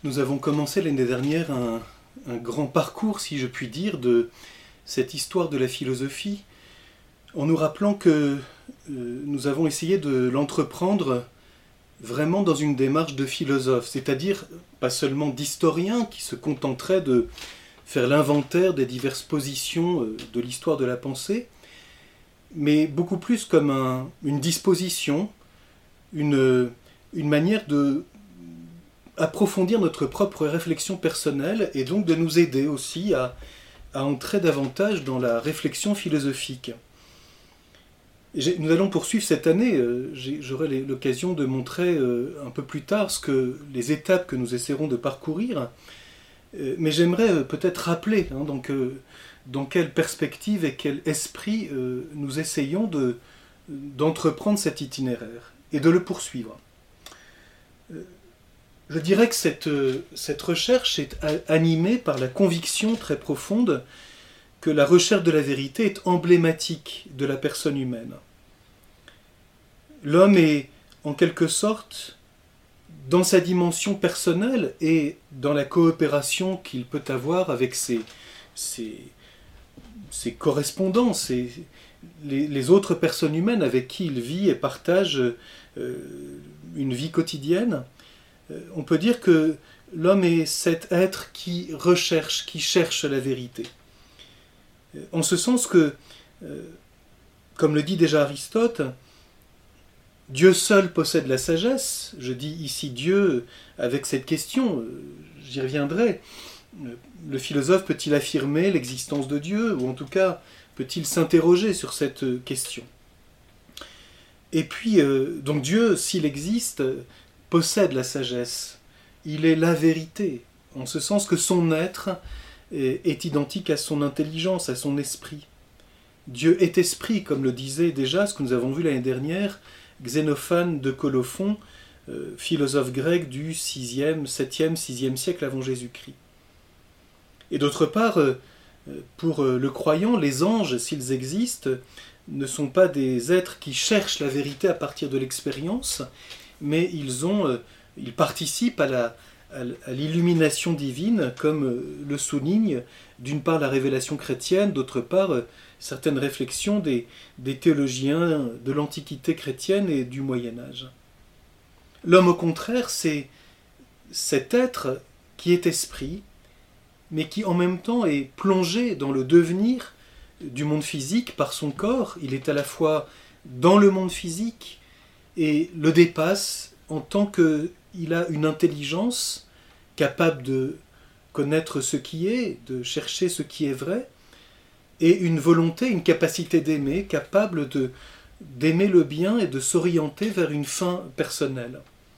Nous avons commencé l'année dernière un grand parcours, si je puis dire, de cette histoire de la philosophie, en nous rappelant que nous avons essayé de l'entreprendre vraiment dans une démarche de philosophe, c'est-à-dire pas seulement d'historien qui se contenterait de faire l'inventaire des diverses positions de l'histoire de la pensée, mais beaucoup plus comme une disposition, une manière de approfondir notre propre réflexion personnelle et donc de nous aider aussi à entrer davantage dans la réflexion philosophique. Nous allons poursuivre cette année, j'aurai l'occasion de montrer un peu plus tard les étapes que nous essaierons de parcourir, mais j'aimerais peut-être rappeler dans quelle perspective et quel esprit nous essayons d'entreprendre cet itinéraire et de le poursuivre. Je dirais que cette recherche est animée par la conviction très profonde que la recherche de la vérité est emblématique de la personne humaine. L'homme est, en quelque sorte, dans sa dimension personnelle et dans la coopération qu'il peut avoir avec ses correspondants, les autres personnes humaines avec qui il vit et partage une vie quotidienne. On peut dire que l'homme est cet être qui recherche, qui cherche la vérité. En ce sens que, comme le dit déjà Aristote, Dieu seul possède la sagesse. Je dis ici Dieu avec cette question, j'y reviendrai. Le philosophe peut-il affirmer l'existence de Dieu, ou en tout cas peut-il s'interroger sur cette question? Et puis, donc Dieu, s'il existe, possède la sagesse. Il est la vérité, en ce sens que son être est identique à son intelligence, à son esprit. Dieu est esprit, comme le disait déjà ce que nous avons vu l'année dernière, Xénophane de Colophon, philosophe grec du 6e, 7e, 6e siècle avant Jésus-Christ. Et d'autre part, pour le croyant, les anges, s'ils existent, ne sont pas des êtres qui cherchent la vérité à partir de l'expérience, mais ils participent à l'illumination divine, comme le souligne d'une part la révélation chrétienne, d'autre part certaines réflexions des théologiens de l'Antiquité chrétienne et du Moyen-Âge. L'homme, au contraire, c'est cet être qui est esprit, mais qui en même temps est plongé dans le devenir du monde physique par son corps. Il est à la fois dans le monde physique et le dépasse en tant qu'il a une intelligence capable de connaître ce qui est, de chercher ce qui est vrai, et une volonté, une capacité d'aimer, capable d'aimer le bien et de s'orienter vers une fin personnelle.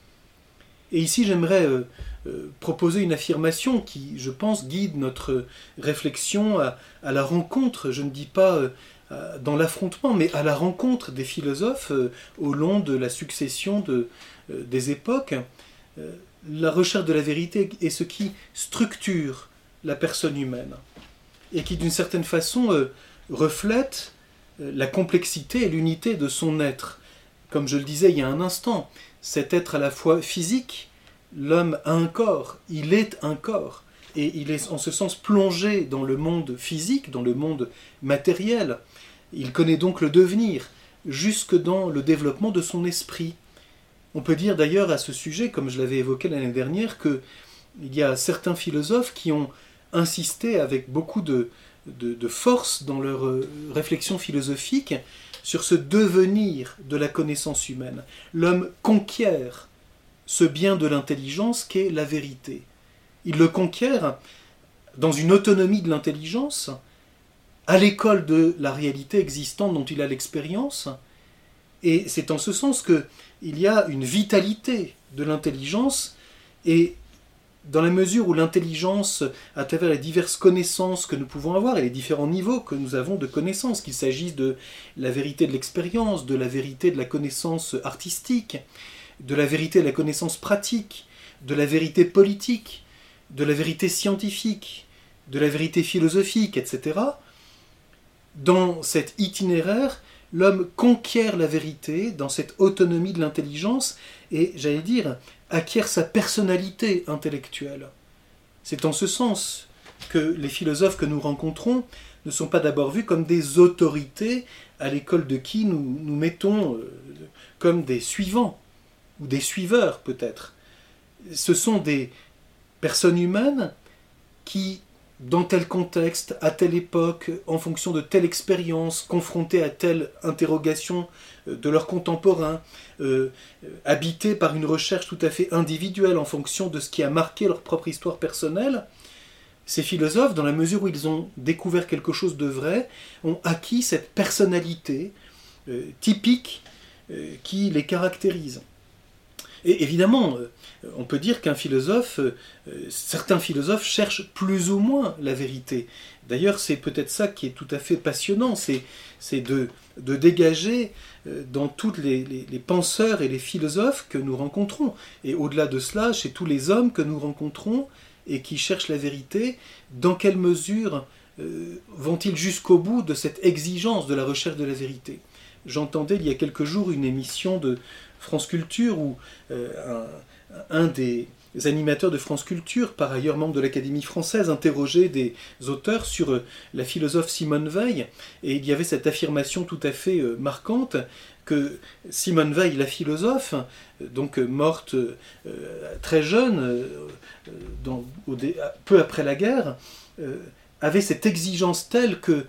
Et ici, j'aimerais proposer une affirmation qui, je pense, guide notre réflexion à la rencontre, je ne dis pas dans l'affrontement, mais à la rencontre des philosophes au long de la succession des époques. La recherche de la vérité est ce qui structure la personne humaine et qui, d'une certaine façon, reflète la complexité et l'unité de son être. Comme je le disais il y a un instant, cet être à la fois physique, l'homme a un corps, il est un corps, et il est en ce sens plongé dans le monde physique, dans le monde matériel. Il connaît donc le devenir, jusque dans le développement de son esprit. On peut dire d'ailleurs à ce sujet, comme je l'avais évoqué l'année dernière, qu'il y a certains philosophes qui ont insisté avec beaucoup de force dans leur réflexion philosophique sur ce devenir de la connaissance humaine. L'homme conquiert ce bien de l'intelligence qu'est la vérité. Il le conquiert dans une autonomie de l'intelligence, à l'école de la réalité existante dont il a l'expérience, et c'est en ce sens qu'il y a une vitalité de l'intelligence, et dans la mesure où l'intelligence, à travers les diverses connaissances que nous pouvons avoir et les différents niveaux que nous avons de connaissances, qu'il s'agisse de la vérité de l'expérience, de la vérité de la connaissance artistique, de la vérité de la connaissance pratique, de la vérité politique, de la vérité scientifique, de la vérité philosophique, etc., dans cet itinéraire, l'homme conquiert la vérité dans cette autonomie de l'intelligence et, j'allais dire, acquiert sa personnalité intellectuelle. C'est en ce sens que les philosophes que nous rencontrons ne sont pas d'abord vus comme des autorités à l'école de qui nous mettons comme des suivants, ou des suiveurs peut-être. Ce sont des personnes humaines qui, dans tel contexte, à telle époque, en fonction de telle expérience, confrontées à telle interrogation de leurs contemporains, habitées par une recherche tout à fait individuelle en fonction de ce qui a marqué leur propre histoire personnelle, ces philosophes, dans la mesure où ils ont découvert quelque chose de vrai, ont acquis cette personnalité typique qui les caractérise. Et évidemment, on peut dire qu'un philosophe, certains philosophes cherchent plus ou moins la vérité. D'ailleurs, c'est peut-être ça qui est tout à fait passionnant, c'est de dégager dans tous les penseurs et les philosophes que nous rencontrons. Et au-delà de cela, chez tous les hommes que nous rencontrons et qui cherchent la vérité, dans quelle mesure vont-ils jusqu'au bout de cette exigence de la recherche de la vérité ? J'entendais il y a quelques jours une émission de France Culture où un des animateurs de France Culture, par ailleurs membre de l'Académie française, interrogeait des auteurs sur la philosophe Simone Veil, et il y avait cette affirmation tout à fait marquante que Simone Veil, la philosophe, donc morte très jeune, peu après la guerre, avait cette exigence telle que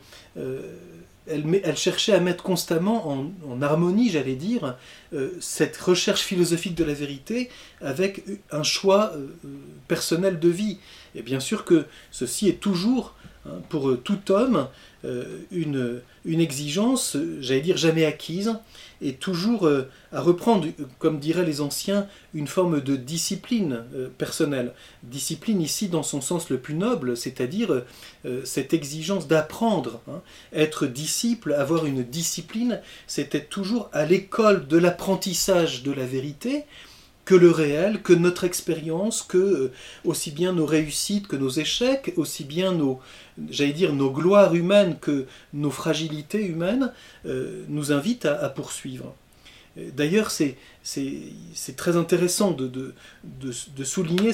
elle cherchait à mettre constamment en harmonie, j'allais dire, cette recherche philosophique de la vérité avec un choix personnel de vie. Et bien sûr que ceci est toujours, pour tout homme, une exigence, j'allais dire, jamais acquise, et toujours à reprendre, comme diraient les anciens, une forme de discipline personnelle. Discipline ici dans son sens le plus noble, c'est-à-dire cette exigence d'apprendre. Être disciple, avoir une discipline, c'est être toujours à l'école de l'apprentissage de la vérité, que le réel, que notre expérience, que aussi bien nos réussites que nos échecs, aussi bien nos gloires humaines que nos fragilités humaines, nous invitent à poursuivre. D'ailleurs, c'est très intéressant de souligner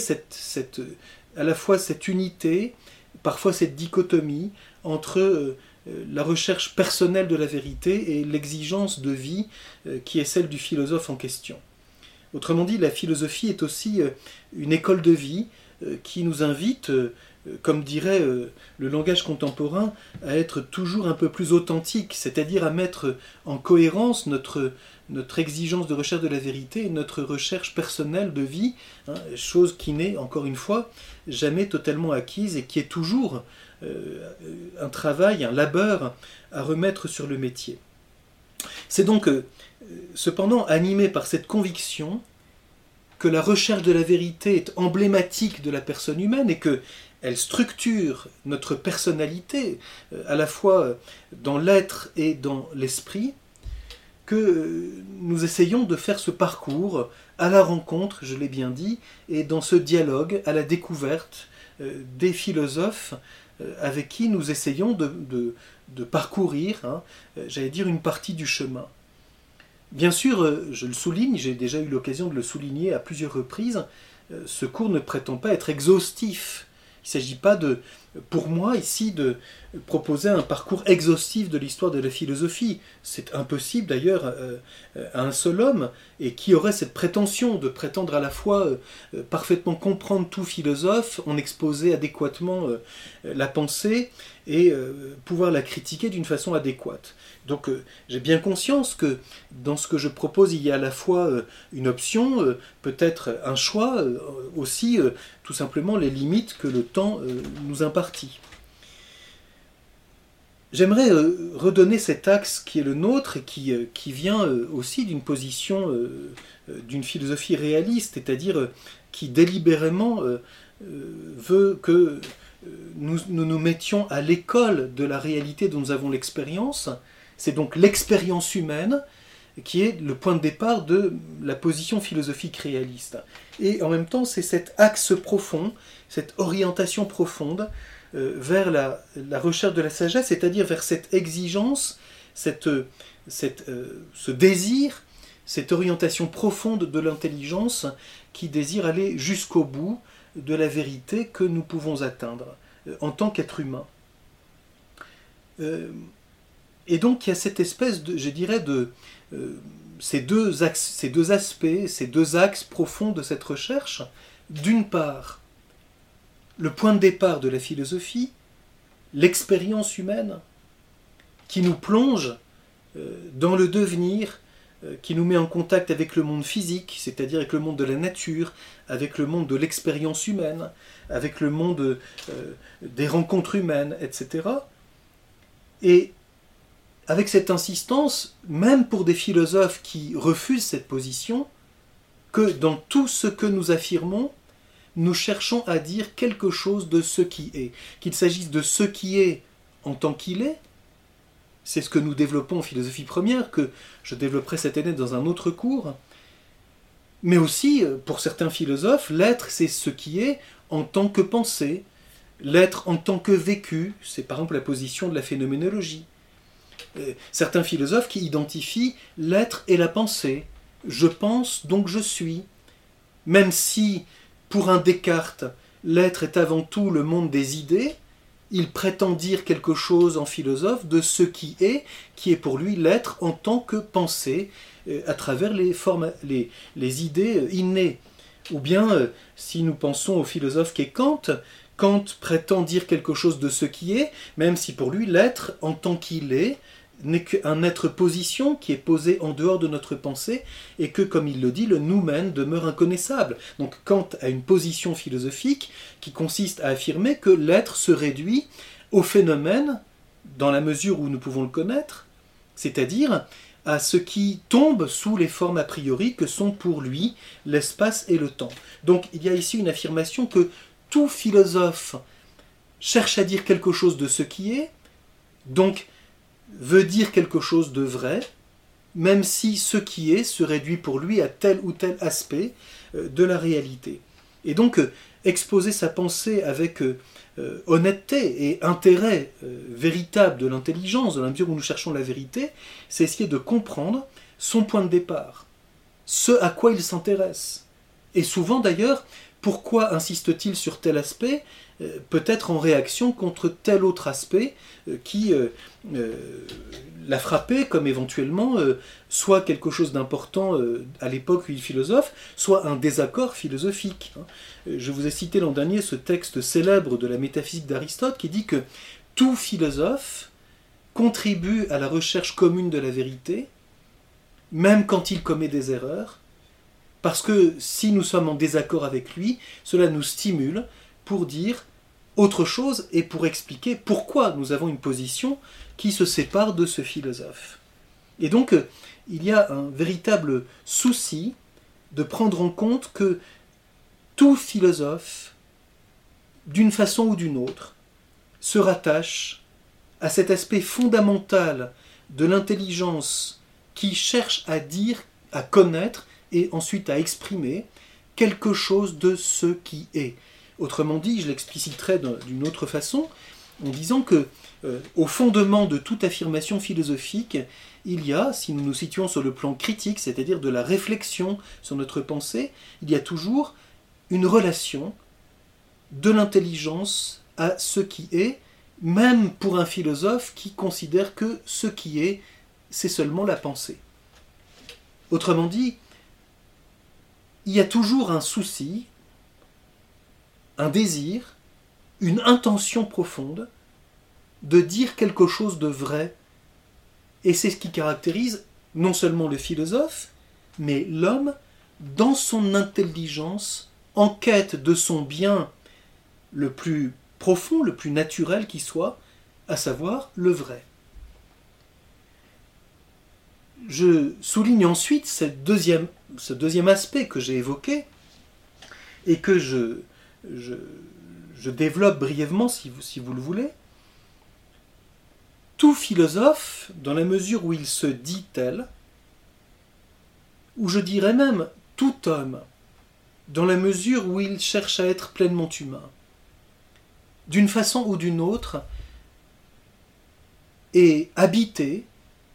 à la fois cette unité, parfois cette dichotomie entre la recherche personnelle de la vérité et l'exigence de vie qui est celle du philosophe en question. Autrement dit, la philosophie est aussi une école de vie qui nous invite, comme dirait le langage contemporain, à être toujours un peu plus authentique, c'est-à-dire à mettre en cohérence notre exigence de recherche de la vérité et notre recherche personnelle de vie, chose qui n'est, encore une fois, jamais totalement acquise et qui est toujours un travail, un labeur à remettre sur le métier. C'est donc cependant animé par cette conviction que la recherche de la vérité est emblématique de la personne humaine et qu'elle structure notre personnalité, à la fois dans l'être et dans l'esprit, que nous essayons de faire ce parcours à la rencontre, je l'ai bien dit, et dans ce dialogue, à la découverte des philosophes avec qui nous essayons de parcourir, j'allais dire, une partie du chemin. Bien sûr, je le souligne, j'ai déjà eu l'occasion de le souligner à plusieurs reprises, ce cours ne prétend pas être exhaustif. Il ne s'agit pas pour moi ici de proposer un parcours exhaustif de l'histoire de la philosophie. C'est impossible d'ailleurs à un seul homme, et qui aurait cette prétention de prétendre à la fois parfaitement comprendre tout philosophe, en exposer adéquatement la pensée et pouvoir la critiquer d'une façon adéquate. Donc j'ai bien conscience que dans ce que je propose, il y a à la fois une option, peut-être un choix, aussi tout simplement les limites que le temps nous impartit. J'aimerais redonner cet axe qui est le nôtre et qui vient aussi d'une position d'une philosophie réaliste, c'est-à-dire qui délibérément veut que nous mettions à l'école de la réalité dont nous avons l'expérience. C'est donc l'expérience humaine qui est le point de départ de la position philosophique réaliste. Et en même temps, c'est cet axe profond, cette orientation profonde vers la recherche de la sagesse, c'est-à-dire vers cette exigence ce désir, cette orientation profonde de l'intelligence qui désire aller jusqu'au bout de la vérité que nous pouvons atteindre en tant qu'être humain. Et donc il y a cette espèce de, je dirais, ces deux aspects, ces deux axes profonds de cette recherche. D'une part, le point de départ de la philosophie, l'expérience humaine, qui nous plonge dans le devenir, qui nous met en contact avec le monde physique, c'est-à-dire avec le monde de la nature, avec le monde de l'expérience humaine, avec le monde des rencontres humaines, etc. Et avec cette insistance, même pour des philosophes qui refusent cette position, que dans tout ce que nous affirmons, nous cherchons à dire quelque chose de ce qui est. Qu'il s'agisse de ce qui est en tant qu'il est, c'est ce que nous développons en philosophie première, que je développerai cette année dans un autre cours, mais aussi, pour certains philosophes, l'être, c'est ce qui est en tant que pensée, l'être en tant que vécu, c'est par exemple la position de la phénoménologie. Certains philosophes qui identifient l'être et la pensée. Je pense, donc je suis. Même si, pour un Descartes, l'être est avant tout le monde des idées, il prétend dire quelque chose en philosophe de ce qui est pour lui l'être en tant que pensée, à travers les formes, les idées innées. Ou bien, si nous pensons au philosophe qu'est Kant, Kant prétend dire quelque chose de ce qui est, même si pour lui l'être en tant qu'il est n'est qu'un être-position qui est posé en dehors de notre pensée et que, comme il le dit, le noumen demeure inconnaissable. Donc Kant a une position philosophique qui consiste à affirmer que l'être se réduit au phénomène dans la mesure où nous pouvons le connaître, c'est-à-dire à ce qui tombe sous les formes a priori que sont pour lui l'espace et le temps. Donc il y a ici une affirmation que tout philosophe cherche à dire quelque chose de ce qui est, donc veut dire quelque chose de vrai, même si ce qui est se réduit pour lui à tel ou tel aspect de la réalité. Et donc, exposer sa pensée avec honnêteté et intérêt véritable de l'intelligence, dans la mesure où nous cherchons la vérité, c'est essayer de comprendre son point de départ, ce à quoi il s'intéresse. Et souvent d'ailleurs, pourquoi insiste-t-il sur tel aspect ? Peut-être en réaction contre tel autre aspect qui l'a frappé comme éventuellement soit quelque chose d'important à l'époque où il philosophe, soit un désaccord philosophique. Je vous ai cité l'an dernier ce texte célèbre de la métaphysique d'Aristote qui dit que tout philosophe contribue à la recherche commune de la vérité, même quand il commet des erreurs, parce que si nous sommes en désaccord avec lui, cela nous stimule pour dire autre chose et pour expliquer pourquoi nous avons une position qui se sépare de ce philosophe. Et donc, il y a un véritable souci de prendre en compte que tout philosophe, d'une façon ou d'une autre, se rattache à cet aspect fondamental de l'intelligence qui cherche à dire, à connaître et ensuite à exprimer quelque chose de ce qui est. Autrement dit, je l'expliciterai d'une autre façon, en disant que au fondement de toute affirmation philosophique, il y a, si nous nous situons sur le plan critique, c'est-à-dire de la réflexion sur notre pensée, il y a toujours une relation de l'intelligence à ce qui est, même pour un philosophe qui considère que ce qui est, c'est seulement la pensée. Autrement dit, il y a toujours un souci, un désir, une intention profonde de dire quelque chose de vrai. Et c'est ce qui caractérise non seulement le philosophe, mais l'homme dans son intelligence, en quête de son bien le plus profond, le plus naturel qui soit, à savoir le vrai. Je souligne ensuite ce deuxième aspect que j'ai évoqué et que je développe brièvement si vous le voulez. Tout philosophe, dans la mesure où il se dit tel, ou je dirais même tout homme, dans la mesure où il cherche à être pleinement humain, d'une façon ou d'une autre, est habité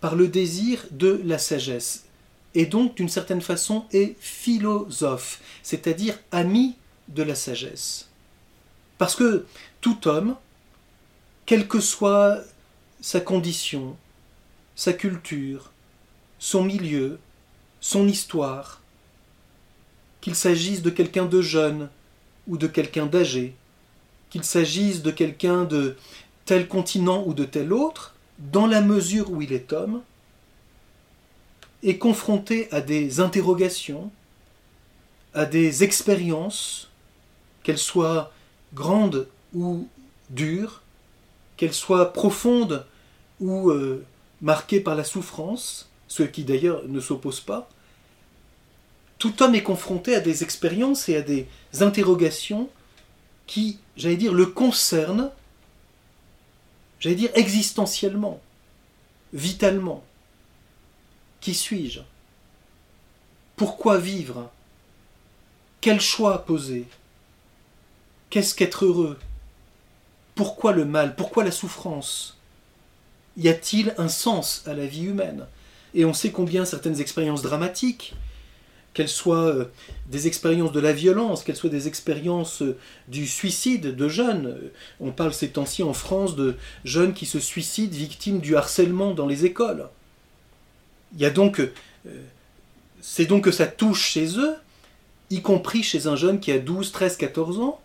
par le désir de la sagesse, et donc d'une certaine façon est philosophe, c'est-à-dire ami de la sagesse. Parce que tout homme, quelle que soit sa condition, sa culture, son milieu, son histoire, qu'il s'agisse de quelqu'un de jeune ou de quelqu'un d'âgé, qu'il s'agisse de quelqu'un de tel continent ou de tel autre, dans la mesure où il est homme, est confronté à des interrogations, à des expériences, qu'elles soient grandes ou dures, qu'elles soient profondes ou marquées par la souffrance, ce qui d'ailleurs ne s'oppose pas. Tout homme est confronté à des expériences et à des interrogations qui, j'allais dire, le concernent, j'allais dire existentiellement, vitalement. Qui suis-je? Pourquoi vivre? Quel choix poser? Qu'est-ce qu'être heureux? Pourquoi le mal? Pourquoi la souffrance? Y a-t-il un sens à la vie humaine? Et on sait combien certaines expériences dramatiques, qu'elles soient des expériences de la violence, qu'elles soient des expériences du suicide de jeunes. On parle ces temps-ci en France de jeunes qui se suicident victimes du harcèlement dans les écoles. Il y a donc, c'est donc que ça touche chez eux, y compris chez un jeune qui a 12, 13, 14 ans,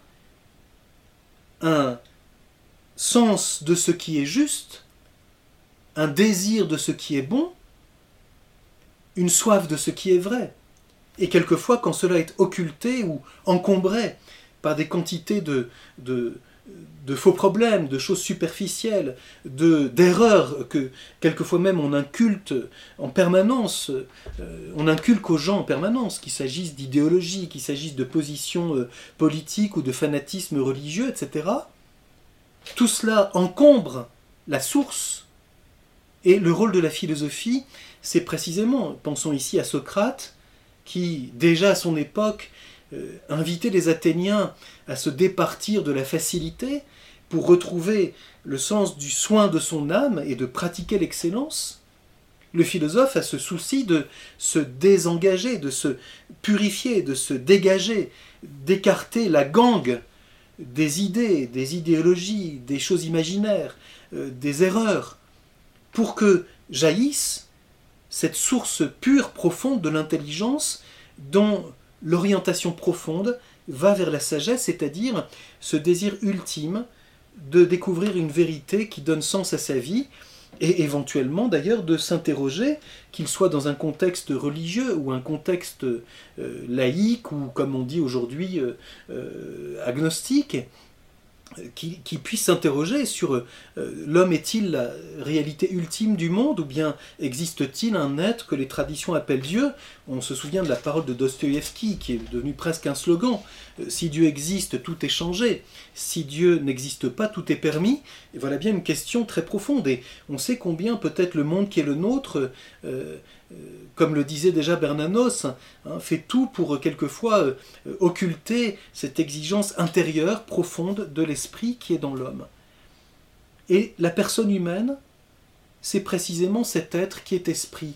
un sens de ce qui est juste, un désir de ce qui est bon, une soif de ce qui est vrai. Et quelquefois, quand cela est occulté ou encombré par des quantités de faux problèmes, de choses superficielles, d'erreurs que quelquefois même on inculte en permanence, on inculque aux gens en permanence, qu'il s'agisse d'idéologie, qu'il s'agisse de positions politiques ou de fanatisme religieux, etc. Tout cela encombre la source. Et le rôle de la philosophie, c'est précisément, pensons ici à Socrate, qui, déjà à son époque, invitait les Athéniens à se départir de la facilité pour retrouver le sens du soin de son âme et de pratiquer l'excellence. Le philosophe a ce souci de se désengager, de se purifier, de se dégager, d'écarter la gangue des idées, des idéologies, des choses imaginaires, des erreurs, pour que jaillisse cette source pure, profonde de l'intelligence dont l'orientation profonde va vers la sagesse, c'est-à-dire ce désir ultime de découvrir une vérité qui donne sens à sa vie et éventuellement d'ailleurs de s'interroger, qu'il soit dans un contexte religieux ou un contexte laïque ou comme on dit aujourd'hui agnostique, qui puisse s'interroger sur l'homme est-il la réalité ultime du monde ou bien existe-t-il un être que les traditions appellent Dieu? On se souvient de la parole de Dostoïevski qui est devenue presque un slogan. Si Dieu existe, tout est changé. Si Dieu n'existe pas, tout est permis. Et voilà bien une question très profonde. Et on sait combien peut-être le monde qui est le nôtre, comme le disait déjà Bernanos, fait tout pour quelquefois occulter cette exigence intérieure profonde de l'esprit qui est dans l'homme. Et la personne humaine, c'est précisément cet être qui est esprit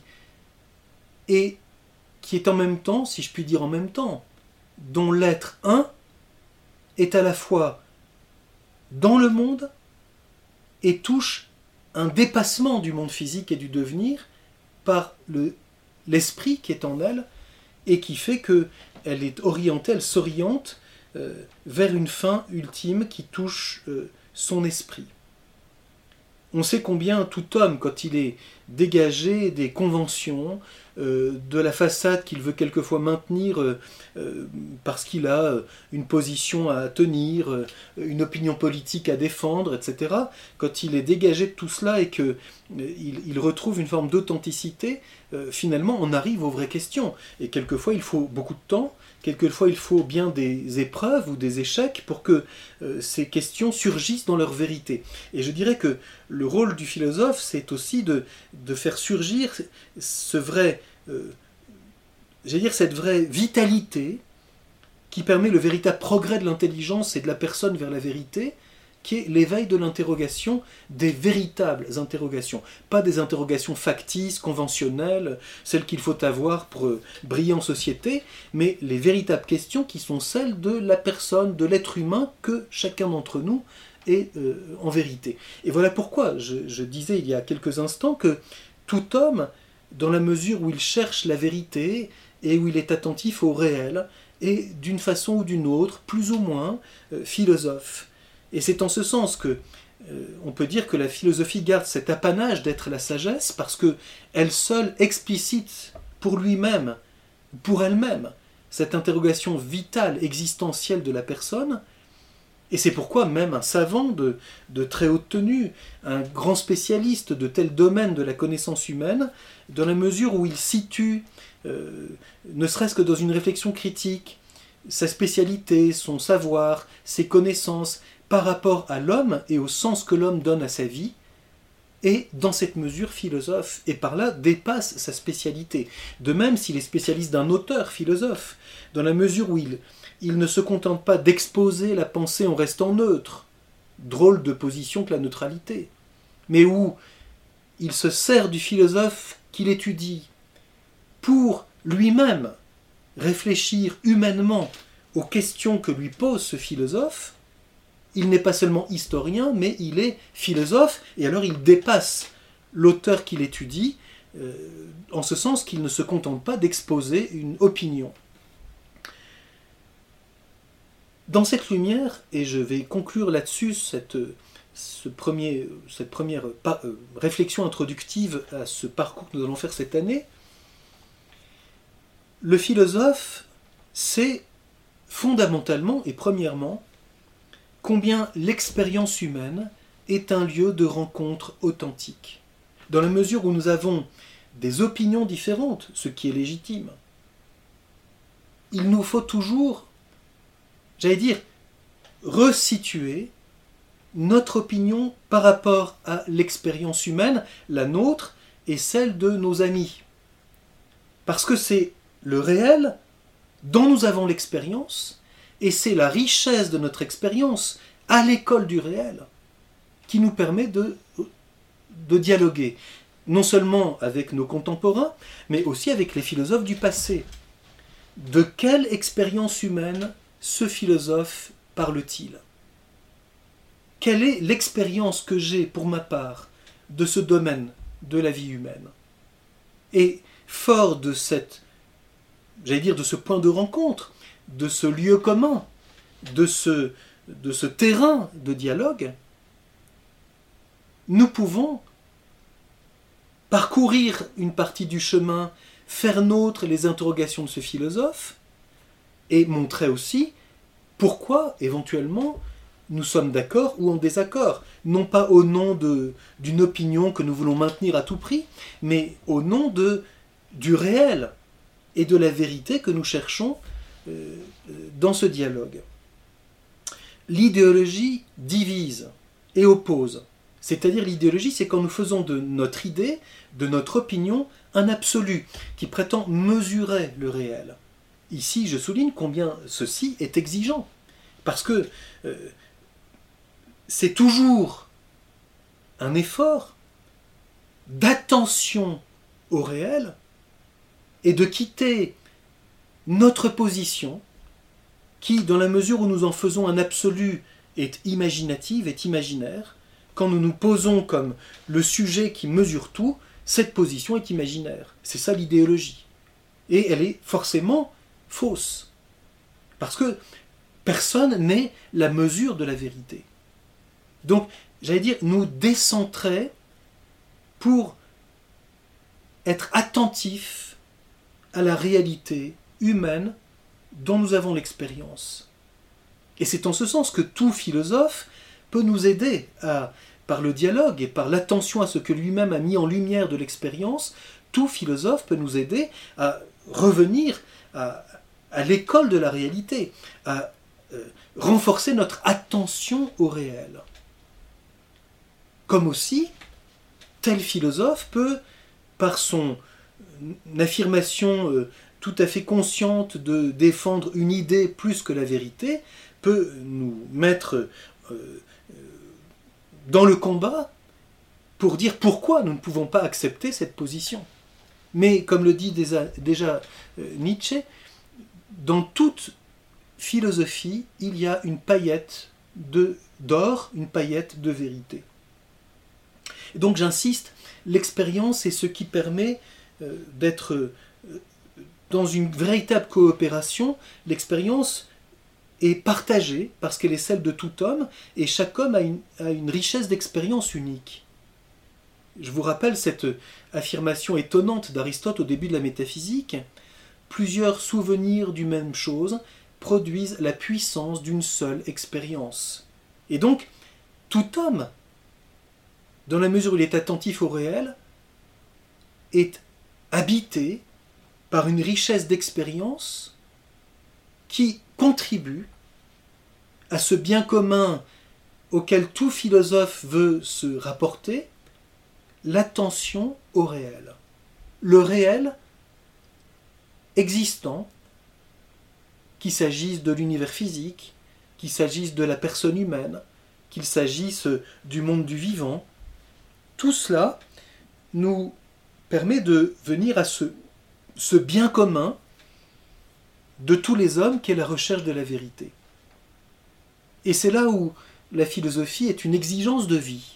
et qui est en même temps, si je puis dire en même temps, dont l'être un est à la fois dans le monde et touche un dépassement du monde physique et du devenir par l'esprit qui est en elle et qui fait qu'elle est orientée, elle s'oriente vers une fin ultime qui touche son esprit. On sait combien tout homme, quand il est dégagé des conventions, de la façade qu'il veut quelquefois maintenir parce qu'il a une position à tenir, une opinion politique à défendre, etc., quand il est dégagé de tout cela et qu'il retrouve une forme d'authenticité, finalement on arrive aux vraies questions. Et quelquefois il faut beaucoup de temps, quelquefois il faut bien des épreuves ou des échecs pour que ces questions surgissent dans leur vérité. Et je dirais que le rôle du philosophe, c'est aussi de faire surgir ce vrai, cette vraie vitalité qui permet le véritable progrès de l'intelligence et de la personne vers la vérité, qui est l'éveil de l'interrogation, des véritables interrogations. Pas des interrogations factices, conventionnelles, celles qu'il faut avoir pour briller en société, mais les véritables questions qui sont celles de la personne, de l'être humain que chacun d'entre nous est en vérité. Et voilà pourquoi je disais il y a quelques instants que tout homme, dans la mesure où il cherche la vérité et où il est attentif au réel, est d'une façon ou d'une autre, plus ou moins, philosophe. Et c'est en ce sens que on peut dire que la philosophie garde cet apanage d'être la sagesse, parce qu'elle seule explicite pour lui-même, pour elle-même, cette interrogation vitale, existentielle de la personne. Et c'est pourquoi même un savant de très haute tenue, un grand spécialiste de tel domaine de la connaissance humaine, dans la mesure où il situe, ne serait-ce que dans une réflexion critique, sa spécialité, son savoir, ses connaissances, par rapport à l'homme et au sens que l'homme donne à sa vie, est dans cette mesure philosophe, et par là dépasse sa spécialité. De même s'il est spécialiste d'un auteur philosophe, dans la mesure où il ne se contente pas d'exposer la pensée en restant neutre, drôle de position que la neutralité, mais où il se sert du philosophe qu'il étudie pour lui-même réfléchir humainement aux questions que lui pose ce philosophe. Il n'est pas seulement historien, mais il est philosophe, et alors il dépasse l'auteur qu'il étudie, en ce sens qu'il ne se contente pas d'exposer une opinion. Dans cette lumière, et je vais conclure là-dessus cette première réflexion introductive à ce parcours que nous allons faire cette année, le philosophe sait fondamentalement et premièrement combien l'expérience humaine est un lieu de rencontre authentique. Dans la mesure où nous avons des opinions différentes, ce qui est légitime, il nous faut toujours, j'allais dire, resituer notre opinion par rapport à l'expérience humaine, la nôtre et celle de nos amis. Parce que c'est le réel dont nous avons l'expérience, et c'est la richesse de notre expérience à l'école du réel qui nous permet de dialoguer, non seulement avec nos contemporains, mais aussi avec les philosophes du passé. De quelle expérience humaine ce philosophe parle-t-il ? Quelle est l'expérience que j'ai, pour ma part, de ce domaine de la vie humaine ? Et fort de de ce point de rencontre, de ce lieu commun, de ce terrain de dialogue, nous pouvons parcourir une partie du chemin, faire nôtre les interrogations de ce philosophe, et montrer aussi pourquoi, éventuellement, nous sommes d'accord ou en désaccord, non pas au nom d'une opinion que nous voulons maintenir à tout prix, mais au nom du réel et de la vérité que nous cherchons dans ce dialogue. L'idéologie divise et oppose. C'est-à-dire l'idéologie, c'est quand nous faisons de notre idée, de notre opinion, un absolu qui prétend mesurer le réel. Ici, je souligne combien ceci est exigeant. Parce que c'est toujours un effort d'attention au réel et de quitter notre position qui, dans la mesure où nous en faisons un absolu, est imaginative, est imaginaire. Quand nous nous posons comme le sujet qui mesure tout, cette position est imaginaire. C'est ça l'idéologie. Et elle est forcément fausse. Parce que personne n'est la mesure de la vérité. Donc, j'allais dire, nous décentrer pour être attentifs à la réalité humaine dont nous avons l'expérience. Et c'est en ce sens que tout philosophe peut nous aider par le dialogue et par l'attention à ce que lui-même a mis en lumière de l'expérience, tout philosophe peut nous aider à revenir à l'école de la réalité, à renforcer notre attention au réel. Comme aussi, tel philosophe peut, par son affirmation tout à fait consciente de défendre une idée plus que la vérité, peut nous mettre dans le combat pour dire pourquoi nous ne pouvons pas accepter cette position. Mais comme le dit déjà Nietzsche, dans toute philosophie, il y a une paillette d'or, une paillette de vérité. Et donc j'insiste, l'expérience est ce qui permet d'être dans une véritable coopération. L'expérience est partagée parce qu'elle est celle de tout homme, et chaque homme a une richesse d'expérience unique. Je vous rappelle cette affirmation étonnante d'Aristote au début de la métaphysique. Plusieurs souvenirs d'une même chose produisent la puissance d'une seule expérience. Et donc, tout homme, dans la mesure où il est attentif au réel, est habité par une richesse d'expérience qui contribue à ce bien commun auquel tout philosophe veut se rapporter, l'attention au réel. Le réel existant, qu'il s'agisse de l'univers physique, qu'il s'agisse de la personne humaine, qu'il s'agisse du monde du vivant, tout cela nous permet de venir à ce bien commun de tous les hommes qu'est la recherche de la vérité. Et c'est là où la philosophie est une exigence de vie.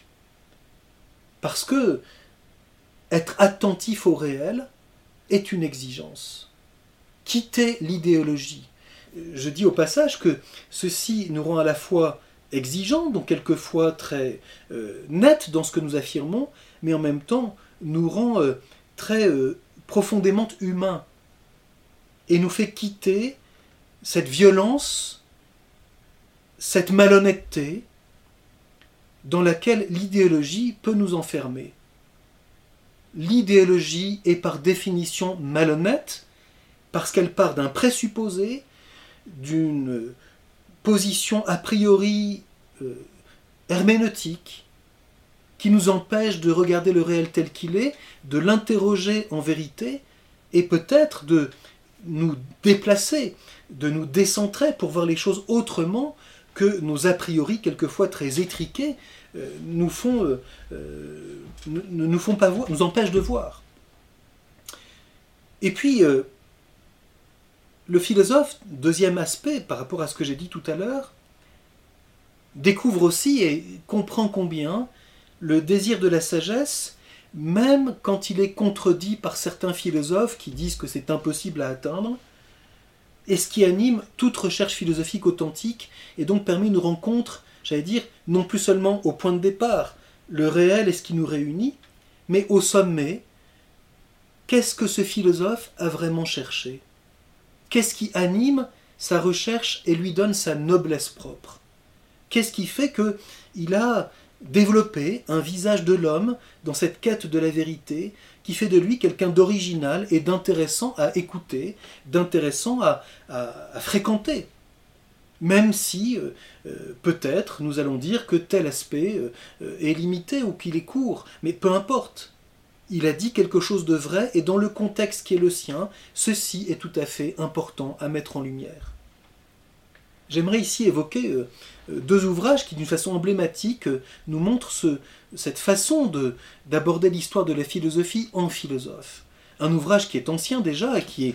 Parce que être attentif au réel est une exigence. Quitter l'idéologie. Je dis au passage que ceci nous rend à la fois exigeants, donc quelquefois très nets dans ce que nous affirmons, mais en même temps nous rend très profondément humains et nous fait quitter cette violence, cette malhonnêteté dans laquelle l'idéologie peut nous enfermer. L'idéologie est par définition malhonnête parce qu'elle part d'un présupposé, d'une position a priori herméneutique qui nous empêche de regarder le réel tel qu'il est, de l'interroger en vérité et peut-être de nous déplacer, de nous décentrer pour voir les choses autrement que nos a priori, quelquefois très étriqués, nous empêchent de voir. Et puis, le philosophe, deuxième aspect par rapport à ce que j'ai dit tout à l'heure, découvre aussi et comprend combien le désir de la sagesse, même quand il est contredit par certains philosophes qui disent que c'est impossible à atteindre, est ce qui anime toute recherche philosophique authentique et donc permet une rencontre, j'allais dire, non plus seulement au point de départ, le réel est ce qui nous réunit, mais au sommet, qu'est-ce que ce philosophe a vraiment cherché ? Qu'est-ce qui anime sa recherche et lui donne sa noblesse propre ? Qu'est-ce qui fait qu'il a développé un visage de l'homme dans cette quête de la vérité qui fait de lui quelqu'un d'original et d'intéressant à écouter, d'intéressant à fréquenter. Même si, peut-être, nous allons dire que tel aspect est limité ou qu'il est court, mais peu importe. Il a dit quelque chose de vrai et dans le contexte qui est le sien, ceci est tout à fait important à mettre en lumière. J'aimerais ici évoquer deux ouvrages qui, d'une façon emblématique, nous montrent cette façon d'aborder l'histoire de la philosophie en philosophe. Un ouvrage qui est ancien déjà, et qui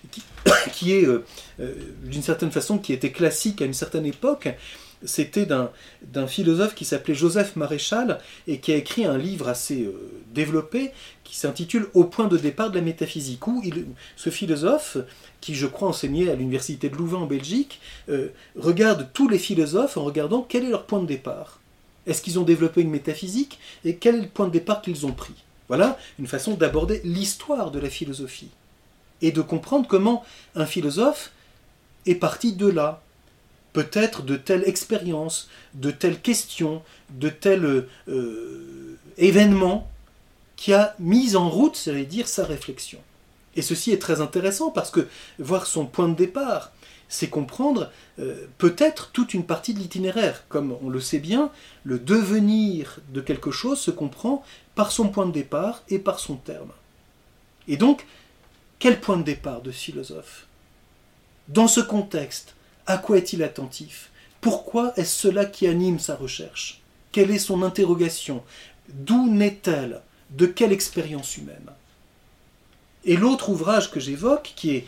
est d'une certaine façon, qui était classique à une certaine époque. C'était d'un philosophe qui s'appelait Joseph Maréchal et qui a écrit un livre assez développé qui s'intitule « Au point de départ de la métaphysique » où ce philosophe, qui je crois enseignait à l'université de Louvain en Belgique, regarde tous les philosophes en regardant quel est leur point de départ. Est-ce qu'ils ont développé une métaphysique et quel est le point de départ qu'ils ont pris ? Voilà une façon d'aborder l'histoire de la philosophie et de comprendre comment un philosophe est parti de là. Peut-être de telle expérience, de telle question, de tel événement qui a mis en route, j'allais dire, sa réflexion. Et ceci est très intéressant parce que voir son point de départ, c'est comprendre peut-être toute une partie de l'itinéraire. Comme on le sait bien, le devenir de quelque chose se comprend par son point de départ et par son terme. Et donc, quel point de départ de ce philosophe ? Dans ce contexte, à quoi est-il attentif ? Pourquoi est-ce cela qui anime sa recherche? Quelle est son interrogation? D'où naît-elle? De quelle expérience humaine? Et l'autre ouvrage que j'évoque, qui est,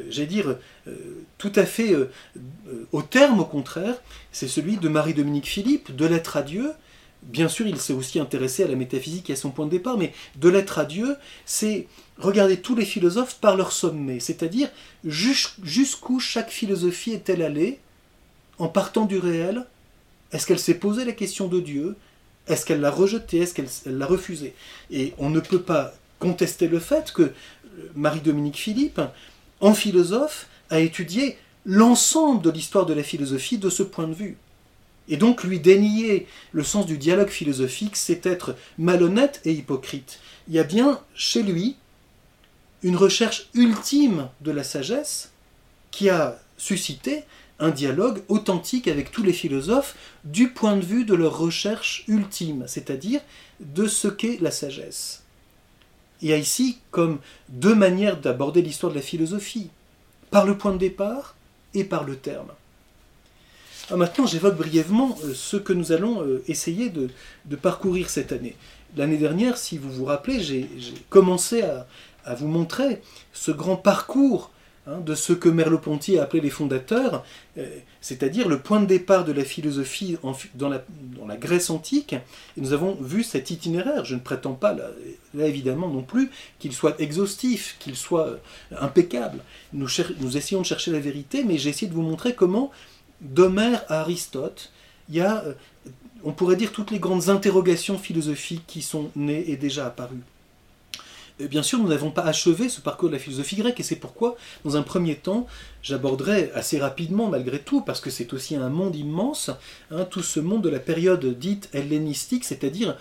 tout à fait au terme, au contraire, c'est celui de Marie-Dominique Philippe, De l'être à Dieu. Bien sûr, il s'est aussi intéressé à la métaphysique et à son point de départ, mais De l'être à Dieu, c'est regarder tous les philosophes par leur sommet, c'est-à-dire jusqu'où chaque philosophie est-elle allée en partant du réel. Est-ce qu'elle s'est posé la question de Dieu? Est-ce qu'elle l'a rejeté? Est-ce qu'elle l'a refusé? Et on ne peut pas contester le fait que Marie-Dominique Philippe, en philosophe, a étudié l'ensemble de l'histoire de la philosophie de ce point de vue. Et donc lui dénier le sens du dialogue philosophique, c'est être malhonnête et hypocrite. Il y a bien chez lui une recherche ultime de la sagesse qui a suscité un dialogue authentique avec tous les philosophes du point de vue de leur recherche ultime, c'est-à-dire de ce qu'est la sagesse. Il y a ici comme deux manières d'aborder l'histoire de la philosophie, par le point de départ et par le terme. Alors maintenant, j'évoque brièvement ce que nous allons essayer de parcourir cette année. L'année dernière, si vous vous rappelez, j'ai commencé à vous montrer ce grand parcours de ce que Merleau-Ponty a appelé les fondateurs, c'est-à-dire le point de départ de la philosophie dans la Grèce antique. Et nous avons vu cet itinéraire. Je ne prétends pas, là évidemment non plus, qu'il soit exhaustif, qu'il soit impeccable. Nous essayons de chercher la vérité, mais j'ai essayé de vous montrer comment, d'Homère à Aristote, il y a, on pourrait dire, toutes les grandes interrogations philosophiques qui sont nées et déjà apparues. Bien sûr, nous n'avons pas achevé ce parcours de la philosophie grecque, et c'est pourquoi, dans un premier temps, j'aborderai assez rapidement, malgré tout, parce que c'est aussi un monde immense, tout ce monde de la période dite hellénistique, c'est-à-dire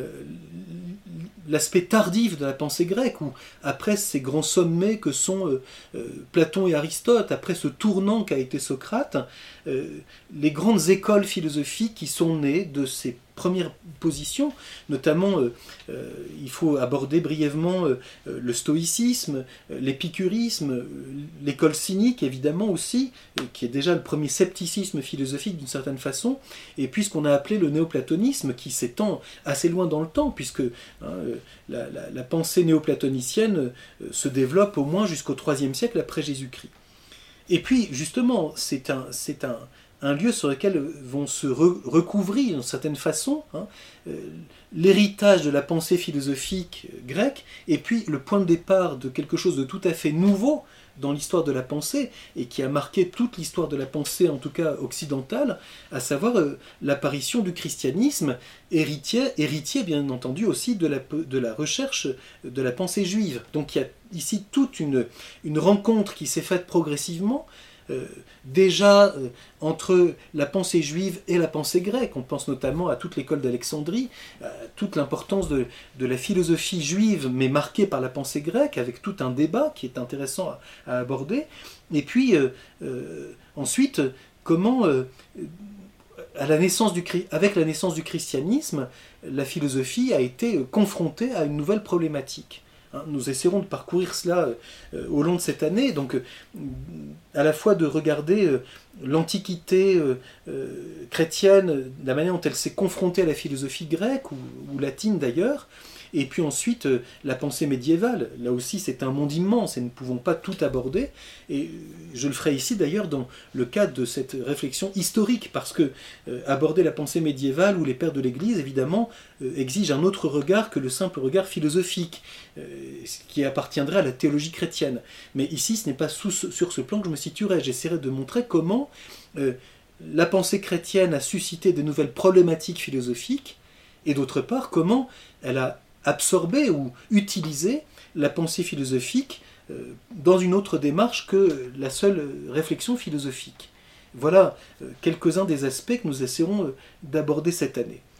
l'aspect tardif de la pensée grecque, où après ces grands sommets que sont Platon et Aristote, après ce tournant qu'a été Socrate, les grandes écoles philosophiques qui sont nées de ces premières positions, notamment il faut aborder brièvement le stoïcisme, l'épicurisme, l'école cynique évidemment aussi, qui est déjà le premier scepticisme philosophique d'une certaine façon, et puis ce qu'on a appelé le néoplatonisme, qui s'étend assez loin dans le temps, puisque la pensée néoplatonicienne se développe au moins jusqu'au IIIe siècle après Jésus-Christ. Et puis justement, c'est un lieu sur lequel vont se recouvrir, d'une certaine façon, l'héritage de la pensée philosophique grecque, et puis le point de départ de quelque chose de tout à fait nouveau dans l'histoire de la pensée, et qui a marqué toute l'histoire de la pensée, en tout cas occidentale, à savoir l'apparition du christianisme, héritier bien entendu aussi de la recherche de la pensée juive. Donc il y a ici toute une rencontre qui s'est faite progressivement, déjà entre la pensée juive et la pensée grecque. On pense notamment à toute l'école d'Alexandrie, toute l'importance de la philosophie juive, mais marquée par la pensée grecque, avec tout un débat qui est intéressant à aborder. Et puis ensuite, comment avec la naissance du christianisme, la philosophie a été confrontée à une nouvelle problématique. Nous essaierons de parcourir cela au long de cette année, donc à la fois de regarder l'Antiquité chrétienne, la manière dont elle s'est confrontée à la philosophie grecque ou latine d'ailleurs, et puis ensuite la pensée médiévale. Là aussi c'est un monde immense et nous ne pouvons pas tout aborder, et je le ferai ici d'ailleurs dans le cadre de cette réflexion historique, parce que aborder la pensée médiévale ou les pères de l'Église évidemment exige un autre regard que le simple regard philosophique, qui appartiendrait à la théologie chrétienne. Mais ici ce n'est pas sur ce plan que je me situerai. J'essaierai de montrer comment la pensée chrétienne a suscité de nouvelles problématiques philosophiques, et d'autre part comment elle a absorber ou utiliser la pensée philosophique dans une autre démarche que la seule réflexion philosophique. Voilà quelques-uns des aspects que nous essaierons d'aborder cette année.